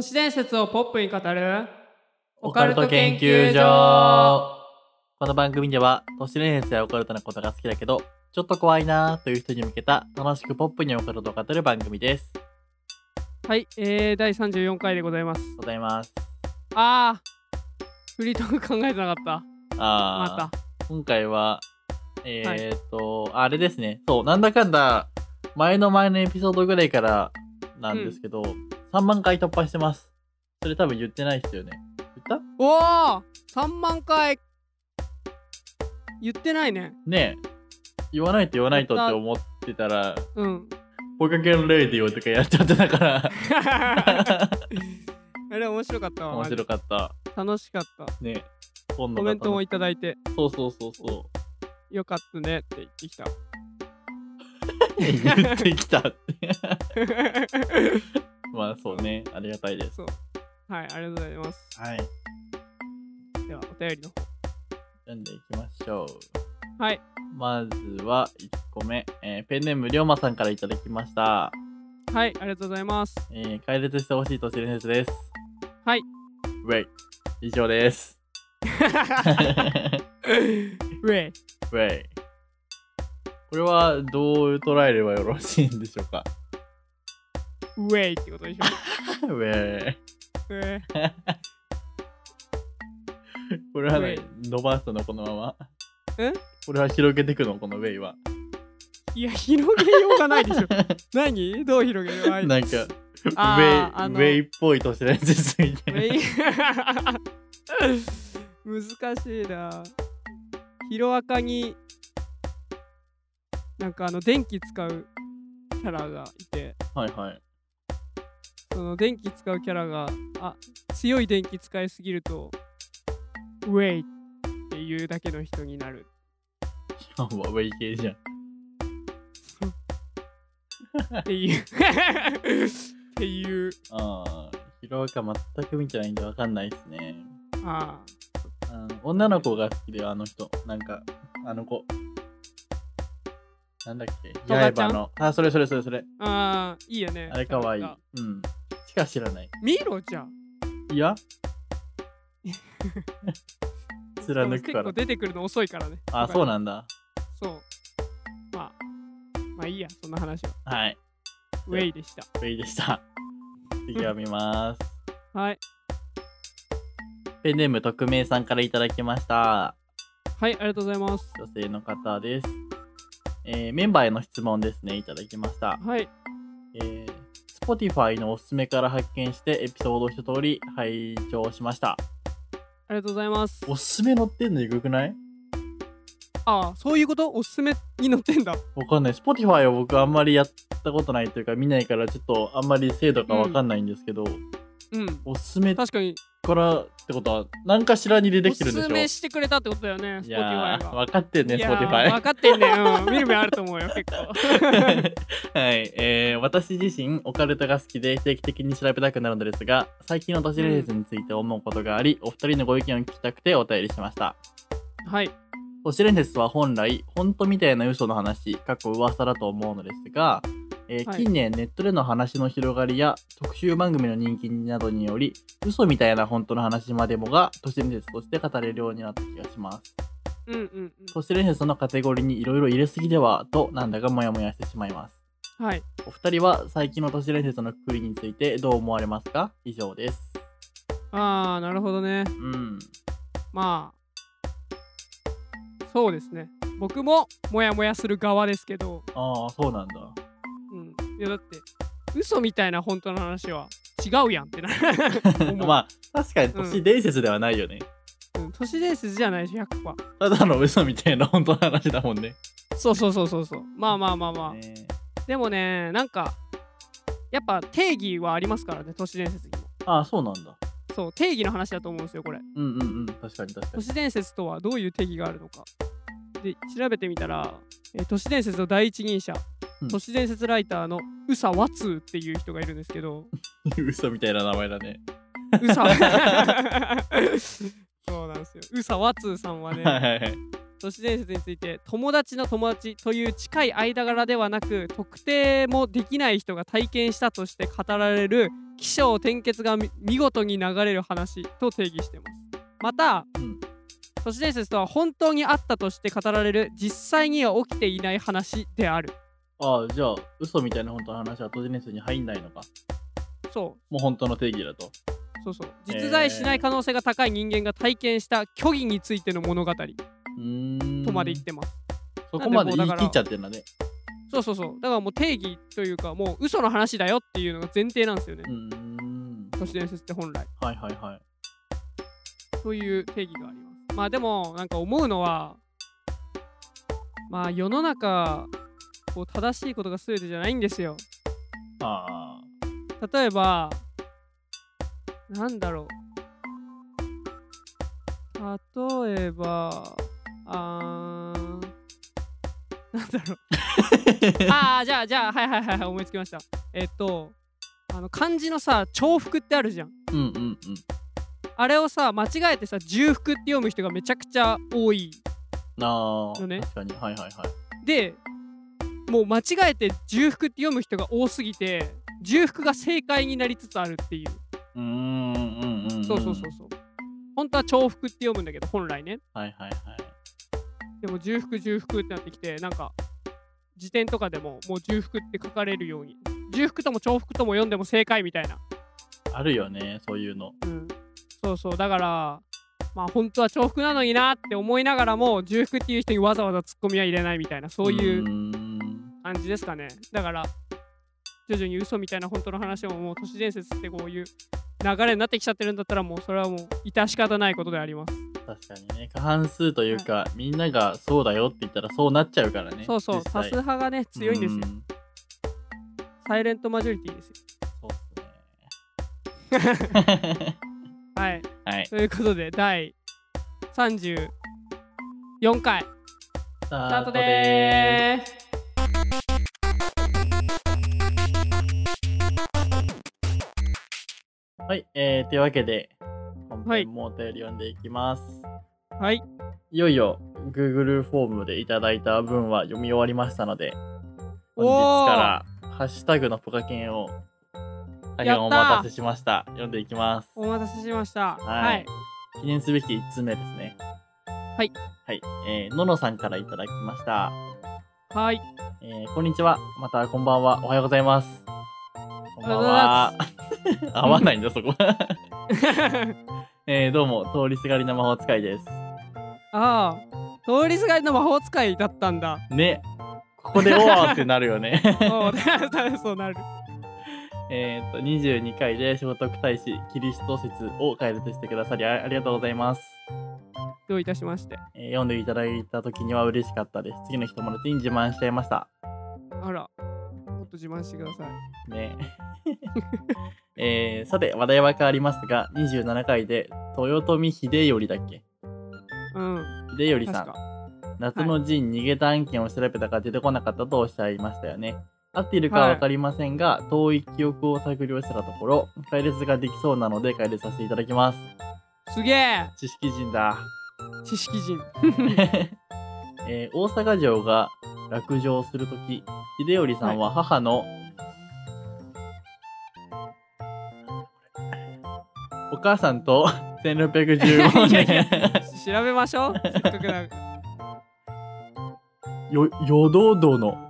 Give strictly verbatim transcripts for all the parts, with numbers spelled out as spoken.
都市伝説をポップに語るオカルト研究所。この番組では都市伝説やオカルトなことが好きだけどちょっと怖いなーという人に向けた楽しくポップにオカルトを語る番組です。 はい、えー、だいさんじゅうよんかいでございます。 ございます。 あーフリートーク考えてなかった。 あーまた今回はえーっと、はい、あれですね。そうなんだかんだ前の前のエピソードぐらいからなんですけど、うん、さんまんかい突破してます。それ多分言ってないっすよね。言った？ おーさんまんかい言ってないね。 ねえ言わないと言わないとって思ってたら、 うん。 ポケケンレイディオとかやっちゃってたからあれ面白かったわ。 面白かった。 楽しかったね。 今度コメントもいただいて、 そうそうそうそうよかったねって言ってきた言ってきたってまあそうね、ありがたいです。 そう、はい、ありがとうございます。 はい、 ではお便りの方読んでいきましょう。 はい、 まずはいっこめ、えー、ペンネームりょうまさんからいただきました。 はい、ありがとうございます。 えー、解説してほしい都市伝説です。 はい、 ウェイ以上ですウェイウェイこれはどう捉えればよろしいんでしょうか。 ウェイってことでしょウェイウェイこれはね、伸ばすのこのまま。 えこれは広げていくのこのウェイは。 いや、広げようがないでしょ何どう広げよう。 なんかウェイ、ウェイっぽい都市伝説みたいな難しいな。ヒロアカになんかあの電気使うキャラがいて、 はいはい、 その電気使うキャラがあ強い電気使いすぎるとウェイっていうだけの人になる。 ウェイ系じゃんっていうっていう。 ああ、ヒロアカ全く見てないんでわかんないですね。 ああ、女の子が好きで、あの人なんかあの子なんだっけ、刃の、あ、それそれそれそれ。 ああ、いいよね。 あれかわいい。うん。しか知らない。 見ろじゃん。 いや貫くから。 結構出てくるの遅いからね。 あ、そうなんだ。 そう。まあ、まあいいや、そんな話は。 はい。 ウェイでした。 ウェイでした。次は見ます。 はい。 ペンネーム匿名さんからいただきました。 はい、ありがとうございます。 女性の方です。えー、メンバーへの質問ですね、いただきました。 はい。 えー、Spotify のおすすめから発見してエピソードを一通り拝聴しました。 ありがとうございます。 おすすめ載ってんのよくない？ ああ、そういうこと？おすすめに載ってんだ。 わかんない。Spotify は僕あんまりやったことないというか見ないからちょっとあんまり精度がわかんないんですけど、 うん、うん、 おすすめ確かにからってことは何かしらに出てきてるんでしょ。 おすすめしてくれたってことだよね。 いやー、分かってんね、 Spotify。分かってんね、うん、見る目あると思うよ結構はい、えー、私自身オカルトが好きで定期的に調べたくなるのですが、最近の都市伝説について思うことがあり、うん、お二人のご意見を聞きたくてお便りしました。 はい。 都市伝説は本来本当みたいな嘘の話、過去噂だと思うのですが、えーはい、近年ネットでの話の広がりや特集番組の人気などにより、嘘みたいな本当の話までもが都市伝説として語れるようになった気がします。 うんうんうん、 都市伝説のカテゴリーにいろいろ入れすぎではとなんだかモヤモヤしてしまいます。 はい。 お二人は最近の都市伝説のくくりについてどう思われますか？以上です。 あー、なるほどね。 うん。 まあそうですね。僕もモヤモヤする側ですけど。 ああ、そうなんだ。 うん。いやだって嘘みたいな本当の話は違うやんってなまあ確かに都市伝説ではないよね。 うん、うん、都市伝説じゃないし ひゃくパーセントただの嘘みたいな本当の話だもんね。 そうそうそうそうそう。まあまあまあまあ、ね、でもね、なんかやっぱ定義はありますからね、都市伝説にも。 ああ、そうなんだ。 そう、定義の話だと思うんですよこれ。 うんうんうん、確かに確かに。 都市伝説とはどういう定義があるのかで調べてみたら、えー、都市伝説の第一人者、うん、都市伝説ライターの宇佐和通っていう人がいるんですけど嘘みたいな名前だね。 宇佐そうなんですよ。宇佐和通さんはね、はいはいはい、都市伝説について友達の友達という近い間柄ではなく、特定もできない人が体験したとして語られる起承転結が見事に流れる話と定義してます。また、うん、都市伝説とは本当にあったとして語られる実際には起きていない話である。 ああ、じゃあ嘘みたいな本当の話は都市伝説に入んないのか。 そうもう本当の定義だと。 そうそう、実在しない可能性が高い人間が体験した虚偽についての物語とまで言ってます。 そこまで言い切っちゃってるんだね。 そうそうそう、だからもう定義というかもう嘘の話だよっていうのが前提なんですよね。 うーん、 都市伝説って本来。 はいはいはい。 そういう定義があります。まあでもなんか思うのは、まあ世の中こう正しいことが全てじゃないんですよ。 ああ。例えばなんだろう。例えばあーなんだろうああ、じゃあじゃあはいはいはいはい、思いつきました。えっとあの漢字のさ重複ってあるじゃん。 うんうんうん。 あれをさ間違えてさ重複って読む人がめちゃくちゃ多いのね。 確かに、はいはいはい。 でもう間違えて重複って読む人が多すぎて重複が正解になりつつあるっていう。 うーんうんうん、うん、 そうそうそうそう。本当は重複って読むんだけど本来ね。 はいはいはい。 でも重複重複ってなってきて、なんか辞典とかでももう重複って書かれるように、重複とも重複とも読んでも正解みたいな。 あるよね、そういうの。 うん。そうそう、だからまあ本当は重複なのになって思いながらも重複っていう人にわざわざツッコミは入れないみたいな、そういう感じですかね。だから徐々に嘘みたいな本当の話ももう都市伝説ってこういう流れになってきちゃってるんだったら、もうそれはもう致し方ないことであります。 確かにね、過半数というか、はい、みんながそうだよって言ったらそうなっちゃうからね。 そうそう、多数派がね強いんですよ。サイレントマジョリティですよ。そうっすねはい、はい、ということでだいさんじゅうよんかいスタートでーす。 はい、えー、というわけで本編もお便り読んでいきます。 はい。 いよいよ Google フォームでいただいた文は読み終わりましたので、本日からハッシュタグのポカケンを大変お待たせしました。読んでいきます。 お待たせしました。 はい。はい、記念すべきいつつめですね。 はい。 はい。えー、ののさんからいただきました。 はい。 えー、こんにちは。またこんばんは。おはようございます。こんばんは。合わないんだそこ。えー、どうも通りすがりの魔法使いです。 ああ、通りすがりの魔法使いだったんだね。ここでおーってなるよね。 そうなる。 えっとにじゅうにかいで聖徳太子キリスト説を解説してくださり あ, ありがとうございます。 どういたしまして。 えー、読んでいただいた時には嬉しかったです。次の日友達に自慢しちゃいました。 あら、もっと自慢してくださいね。えー、さて話題は変わりますが、にじゅうななかいで豊臣秀頼だっけ。 うん、 秀頼さん、夏の陣逃げた案件を調べたが出てこなかったとおっしゃいましたよね。合っているかは分かりませんが、はい、遠い記憶を探り寄せたところ解列ができそうなので解列させていただきます。 すげえ、 知識人だ。 知識人、 えー、大阪城が落城するとき、秀頼さんは母の、はい、お母さんとせんろっぴゃくじゅうごねん調べましょう。せっかくだよ、よど殿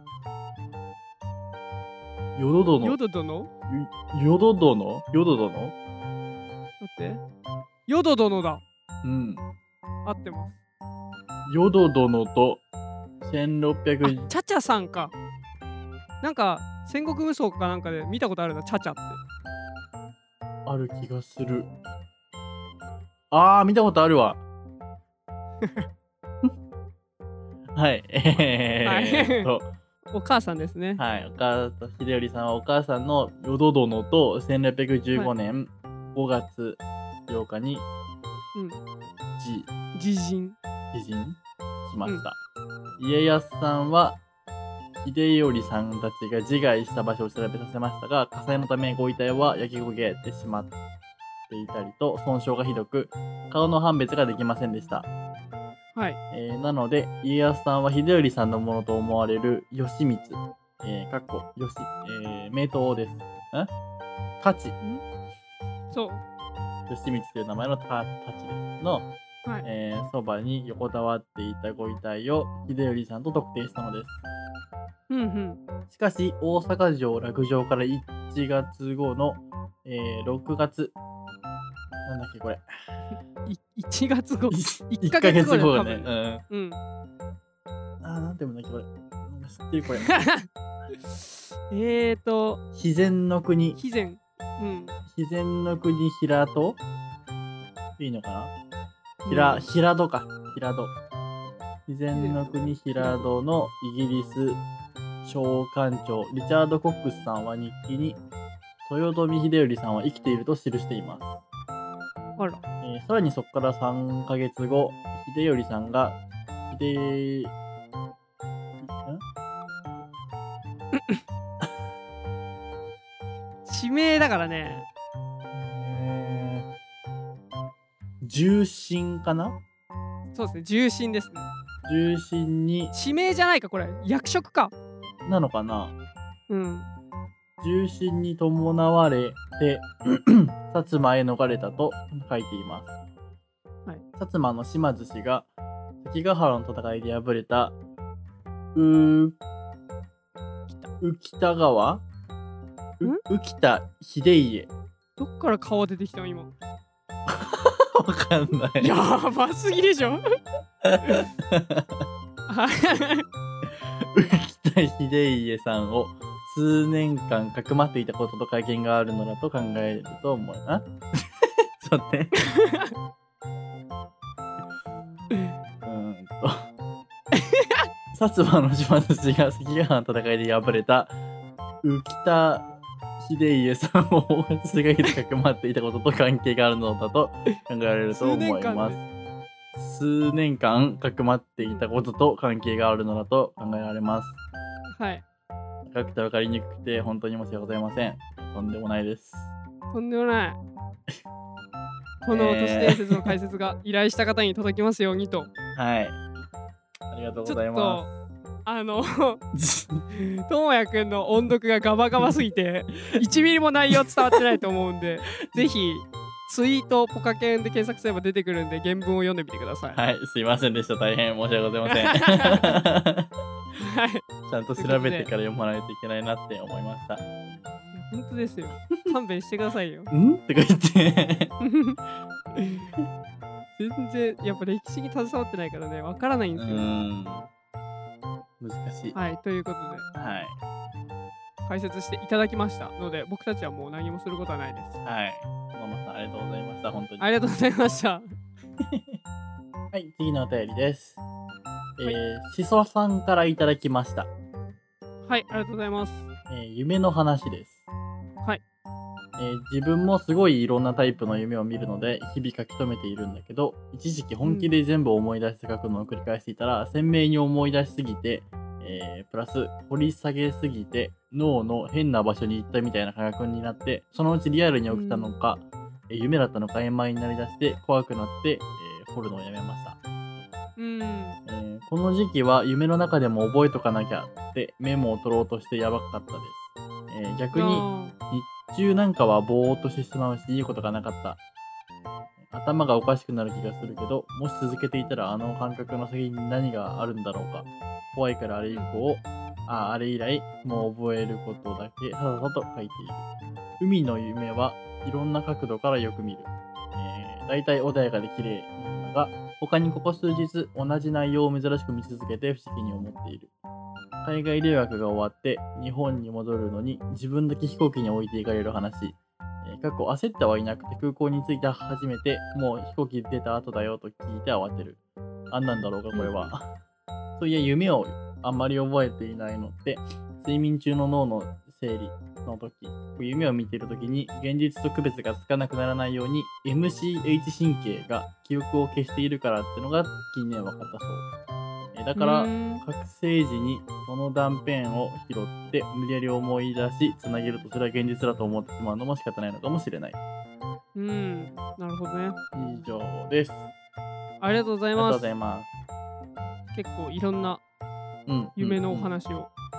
よど殿よど殿よど殿よど殿待ってよど殿だ。 うん、 合ってます。 よど殿とせんろっぴゃく、 チャチャさんか。なんか戦国無双かなんかで見たことあるな、チャチャって。 ある気がする。あー、見たことあるわ。はい。えー、っと、 はいお母さんですね。 はい。お母さん、秀頼さんはお母さんのよど殿とせんろっぴゃくじゅうごねんごがつようかに、 うん、 自陣自陣しました。うん、家康さんは秀頼さんたちが自害した場所を調べさせましたが、火災のためご遺体は焼け焦げてしまっていたりと損傷がひどく、顔の判別ができませんでした。 はい、 えー、なので家康さんは秀頼さんのものと思われる義満、えー、かっこ義、えー、名刀です。ん太刀。 そう。 義満という名前の太刀ですの、 はい。 えー、そばに横たわっていたご遺体を秀頼さんと特定したのです。 うんうん。 しかし、大阪城落城からいちがつごの、えー、ろくがつ、なんだっけこれ。 いいちがつご。 いっかげつごだね。 うん。うん。 あー、なんて読むんだっけこれ。知ってるこれ。 えーと。 肥前の国。 肥前。うん。 肥前の国平戸いいのかな、平、うん、平戸か。平戸。肥前の国平戸のイギリス商館長リチャード・コックスさんは日記に豊臣秀頼さんは生きていると記しています。 あら。 えー、さらにそこからさんかげつご、秀頼さんが秀地名だからね。 えー、重臣かな。 そうですね、重臣ですね。重臣に地名じゃないかこれ、役職かなのかな。 うん。 重臣に伴われて薩摩へ逃れたと書いています。はい、薩摩の島津氏が関ヶ原の戦いで敗れたう浮田川浮田秀家。 どっから顔出てきたの今。 わかんない。 やばすぎでしょ。浮田秀家さんを数年間かくまっていたことと関係があるのだと考えると思うな。ちょっと待って。うんと。薩摩の島津氏が関ヶ原の戦いで敗れた浮田秀家さんを数ヶ月かくまっていたことと関係があるのだと考えられると思います。数年間かくまっていたことと関係があるのだと考えられます。 はい。 高くて分かりにくくて本当に申し訳ございません。とんでもないです。 とんでもない。この都市伝説の解説が依頼した方に届きますようにと。 はい。ありがとうございます。 あのともやくんの音読がガバガバすぎていちミリも内容伝わってないと思うんでぜひツイートポカケンで検索すれば出てくるんで原文を読んでみてください。 はい、すいませんでした。大変申し訳ございません。はい、ちゃんと調べてから読まないといけないなって思いました。 本当ですよ。勘弁してくださいよ。 んとか言って全然やっぱ歴史に携わってないからねわからないんですよ。 うん難しい。 はい、ということで、 はい、 解説していただきましたので僕たちはもう何もすることはないです。 はい、ママさんありがとうございました。本当にありがとうございました。はい、次のお便りです。えー、しそさんからいただきました。 はい、ありがとうございます。 えー、夢の話です。 はい。 えー、自分もすごいいろんなタイプの夢を見るので日々書き留めているんだけど、一時期本気で全部思い出して書くのを繰り返していたら、うん、鮮明に思い出しすぎて、えー、プラス掘り下げすぎて脳の変な場所に行ったみたいな感覚になって、そのうちリアルに起きたのか、うん、えー、夢だったのか曖昧になりだして怖くなって、えー、掘るのをやめました。うんえー、この時期は夢の中でも覚えとかなきゃってメモを取ろうとしてやばかったです。えー、逆に日中なんかはぼーっとしてしまうしいいことがなかった。頭がおかしくなる気がするけど、もし続けていたらあの感覚の先に何があるんだろうか。怖いからあれ以降、あ、あれ以来、もう覚えることだけさささと書いている。海の夢はいろんな角度からよく見る。えー、だいたい穏やかで綺麗なのが、他にここ数日同じ内容を珍しく見続けて不思議に思っている。海外留学が終わって日本に戻るのに自分だけ飛行機に置いていかれる話。えー、過去焦ってはいなくて空港に着いて初めてもう飛行機出た後だよと聞いて慌てる。何なんだろうかこれは。そういや夢をあんまり覚えていないのって睡眠中の脳の整理の時、夢を見ている時に現実と区別がつかなくならないように エムシーエイチ 神経が記憶を消しているからってのが近年分かったそう。だから覚醒時にその断片を拾って無理やり思い出しつなげるとそれは現実だと思ってしまうのも仕方ないのかもしれない。 うん、なるほどね。 以上です。 ありがとうございます。ありがとうございます。 結構いろんな夢のお話を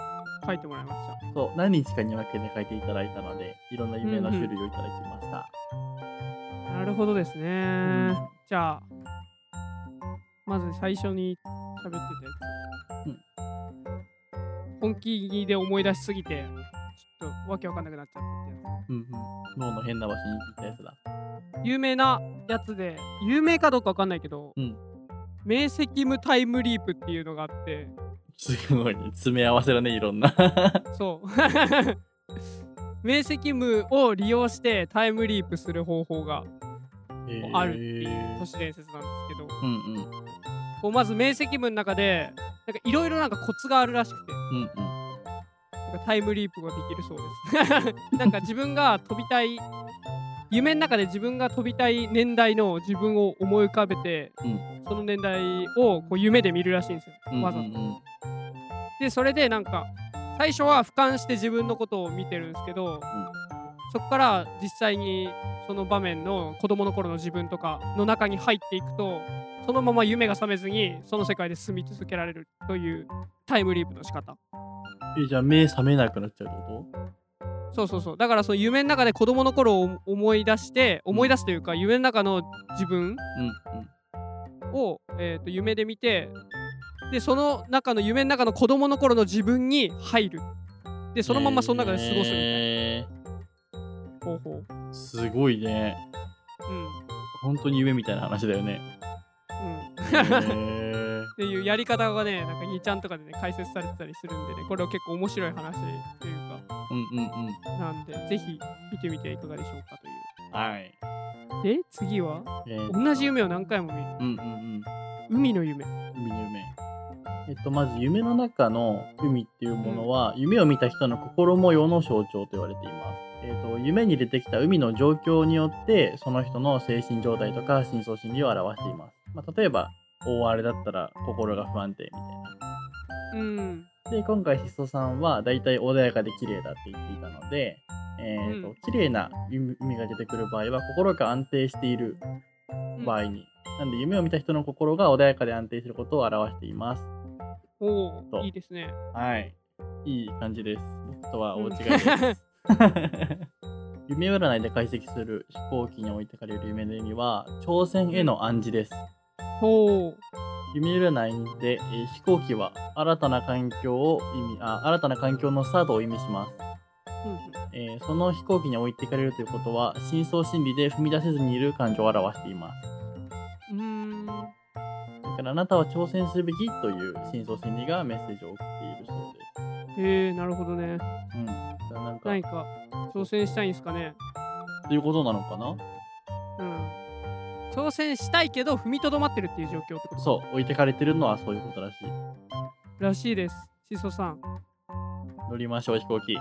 書いてもらいました。 そう、何日かに分けて書いていただいたので、いろんな夢の種類をいただきました。 うんうん、なるほどですね、うん、じゃあまず最初に喋ってたやつ、うん、本気で思い出しすぎてちょっとわけわかんなくなっちゃったってやつ。 うんうん。脳の変な場所に行ったやつだ。 有名なやつで、有名かどうかわかんないけど、うん、明晰夢タイムリープっていうのがあって、 すごいね、詰め合わせだね、いろんな。 そう明晰夢を利用してタイムリープする方法があるっていう都市伝説なんですけど、うんうん、こうまず明晰夢の中でなんかいろいろなんかコツがあるらしくて、うんうん、なんかタイムリープができるそうですなんか自分が飛びたい夢の中で自分が飛びたい年代の自分を思い浮かべて、うん、その年代をこう夢で見るらしいんですよ、うんうんうん、わざと。でそれでなんか最初は俯瞰して自分のことを見てるんですけど、うん、そこから実際にその場面の子供の頃の自分とかの中に入っていくと、そのまま夢が覚めずにその世界で住み続けられるというタイムリープの仕方。 え、じゃあ目覚めなくなっちゃうってこと？ そうそうそう。だからその夢の中で子供の頃を思い出して思い出すというか、うん、夢の中の自分を、うんうん、えーと夢で見て、でその中の夢の中の子供の頃の自分に入る。でそのままその中で過ごすみたいな、えー、方法。 すごいね。うん。本当に夢みたいな話だよね。 うん。えー、っていうやり方がね、なんかにちゃんとかでね解説されてたりするんでね、これは結構面白い話というか、うんうんうん。なんでぜひ見てみていかがでしょうかという。はい。で次は、えー、同じ夢を何回も見る。うんうんうん。海の夢。 海の夢。えっと、まず夢の中の海っていうものは、うん、夢を見た人の心模様の象徴と言われています。えっと、夢に出てきた海の状況によってその人の精神状態とか深層心理を表しています。まあ、例えば大荒れだったら心が不安定みたいな。うん、で今回シソさんはだいたい穏やかで綺麗だって言っていたので、えーとうん、綺麗な海が出てくる場合は心が安定している場合に、うん、なんで夢を見た人の心が穏やかで安定していることを表しています。 おお、いいですね。 はい、いい感じです。僕とは大違いです。うん夢占いで解析する飛行機に置いてかれる夢の意味は挑戦への暗示です。ほう。夢占いで、えー、飛行機は新たな環境を意味あ新たな環境のスタートを意味します。うんうんえー、その飛行機に置いてかれるということは深層心理で踏み出せずにいる感情を表しています。うーん。だからあなたは挑戦するべきという深層心理がメッセージを送っているそうです。へえ、なるほどね。うん。なんか何か挑戦したいんですかね。 ということなのかな。 うん。挑戦したいけど踏みとどまってるっていう状況ってこと。 そう、置いてかれてるのはそういうことらしい。 らしいです。シソさん。 乗りましょう飛行機。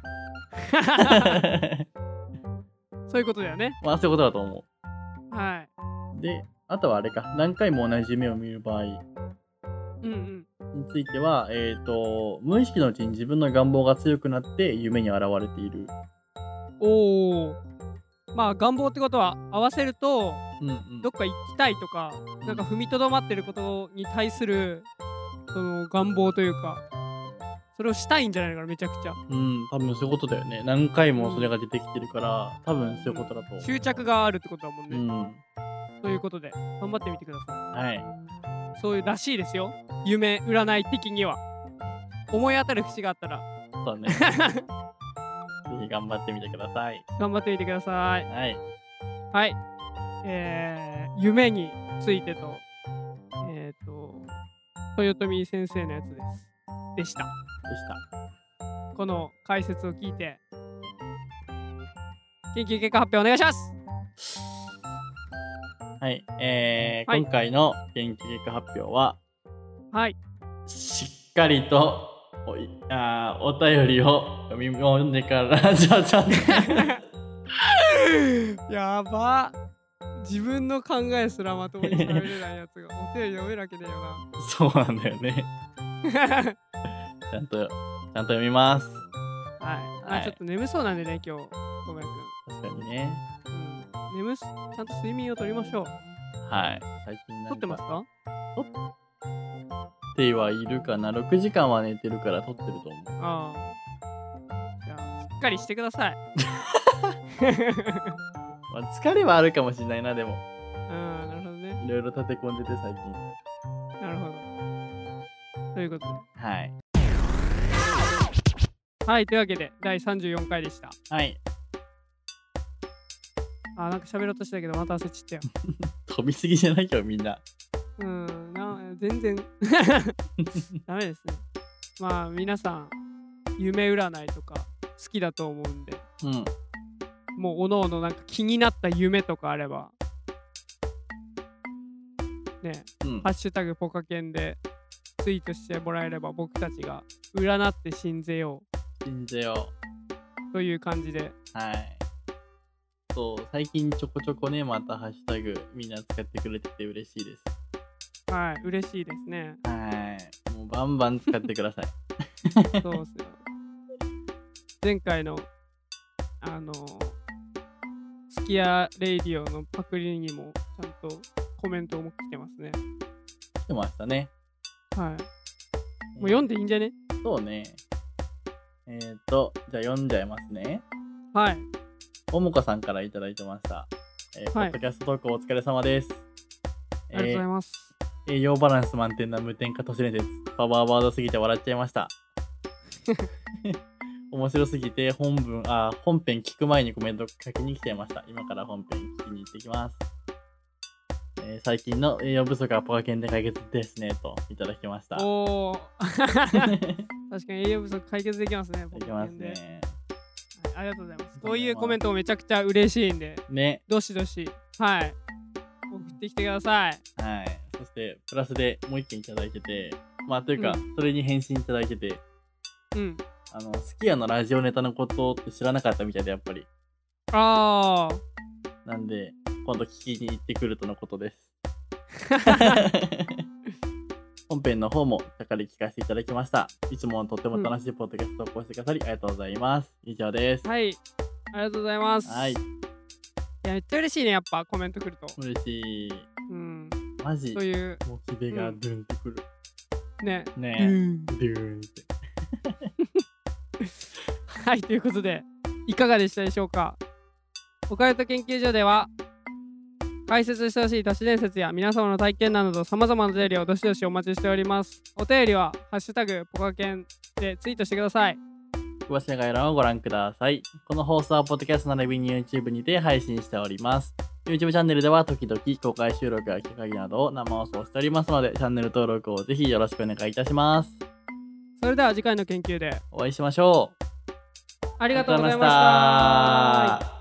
そういうことだよね。 まあそういうことだと思う。はい。 で、あとはあれか、何回も同じ夢を見る場合。うんうん。については、えっと、無意識のうちに自分の願望が強くなって夢に現れている。 おお。まあ願望ってことは合わせると、うんうん、どっか行きたいとか、なんか踏みとどまってることに対するその願望というか、それをしたいんじゃないのかな、めちゃくちゃ。 うん、多分そういうことだよね。何回もそれが出てきてるから、多分そういうことだと、うん。 執着があるってことだもんね。うん、ということで頑張ってみてください。はい。そういうらしいですよ。夢占い的には。思い当たる節があったら。 そうね。ぜひ頑張ってみてください。 頑張ってみてください。はい。はい。えー、夢についてと、えっ、ー、と、豊臣先生のやつです。でした。でした。この解説を聞いて、研究結果発表お願いします。 はい。えー、はい、今回の研究結果発表は、 はい。 しっかりと、おいあお便りを読み込んでからじゃちゃんとやば自分の考えすらまともに喋れないやつがお便り読めるわけねえよな。 そうなんだよね。ちゃんとちゃんと読みます。 はい。あ、はい、ちょっと眠そうなんでね今日ごめんくん。確かにね。 うん。眠すちゃんと睡眠をとりましょう。 はい。最近なんかとってますか？とてはいるかな。ろくじかんは寝てるから撮ってると思う。 ああ。じゃあ、しっかりしてください。 まあ、疲れはあるかもしれないな、でも。 うん、なるほどね。 いろいろ立て込んでて最近。 なるほど。ということで。 はい。 はい、というわけで、だいさんじゅうよんかいでした。 はい。 あ、なんか喋ろうとしたけど、また焦っちゃったよ。 飛びすぎじゃないけど、みんな。 うん、な全然ダメですね。まあ皆さん夢占いとか好きだと思うんで、 うん、 もうおのおのなんか気になった夢とかあればね、うん、ハッシュタグポカケンでツイートしてもらえれば僕たちが占って信ぜよう信ぜようという感じで、 はい。そう最近ちょこちょこねまたハッシュタグみんな使ってくれてて嬉しいです。 はい、嬉しいですね。 はい、もうバンバン使ってください。 そうっすよ。前回のあのスキヤレイディオのパクリにもちゃんとコメントも来てますね。 来てましたね。 はい。もう読んでいいんじゃね？ そうね。えっとじゃあ読んじゃいますね。 はい。 ももこさんからいただいてました。えーはい、ポッドキャストトークお疲れ様です。 ありがとうございます。 えー、栄養バランス満点な無添加都市伝説。パワーワードすぎて笑っちゃいました。面白すぎて本文、あ、本編聞く前にコメント書きに来ちゃいました。今から本編聞きに行ってきます。えー、最近の栄養不足はポカケンで解決ですね、といただきました。 おー。確かに栄養不足解決できますね、 できますね。 はい、ありがとうございます。こういうコメントもめちゃくちゃ嬉しいんで、 ね。 どしどし、はい。送ってきてください。 はい。そして、プラスでもう一件いただいてて、まあ、というか、うん、それに返信いただいてて、 うん。 あの、スキヤのラジオネタのことって知らなかったみたいで、やっぱり。 ああ。 なんで、今度聞きに行ってくるとのことです。本編の方もしっかり聞かせていただきました。いつもとっても楽しいポッドキャストを投稿してくださり、うん、ありがとうございます。以上です。 はい。ありがとうございます。 はい。いや、めっちゃ嬉しいね、やっぱコメント来ると。 嬉しい。 うん。 マジ。 そういう。 モチベがドゥンってくる。 うん、ね。 ねえ。ドゥーンって。 はい、ということで、いかがでしたでしょうか。オカルト研究所では、解説してほしい都市伝説や皆様の体験など様々なお便りをどしどしお待ちしております。お便りは、ハッシュタグポカケンでツイートしてください。 詳しい概要欄をご覧ください。この放送はポッドキャスト並びに YouTube にて配信しております。YouTube チャンネルでは時々公開収録や企画などを生放送しておりますので、チャンネル登録をぜひよろしくお願いいたします。 それでは次回の研究でお会いしましょう。 ありがとうございました。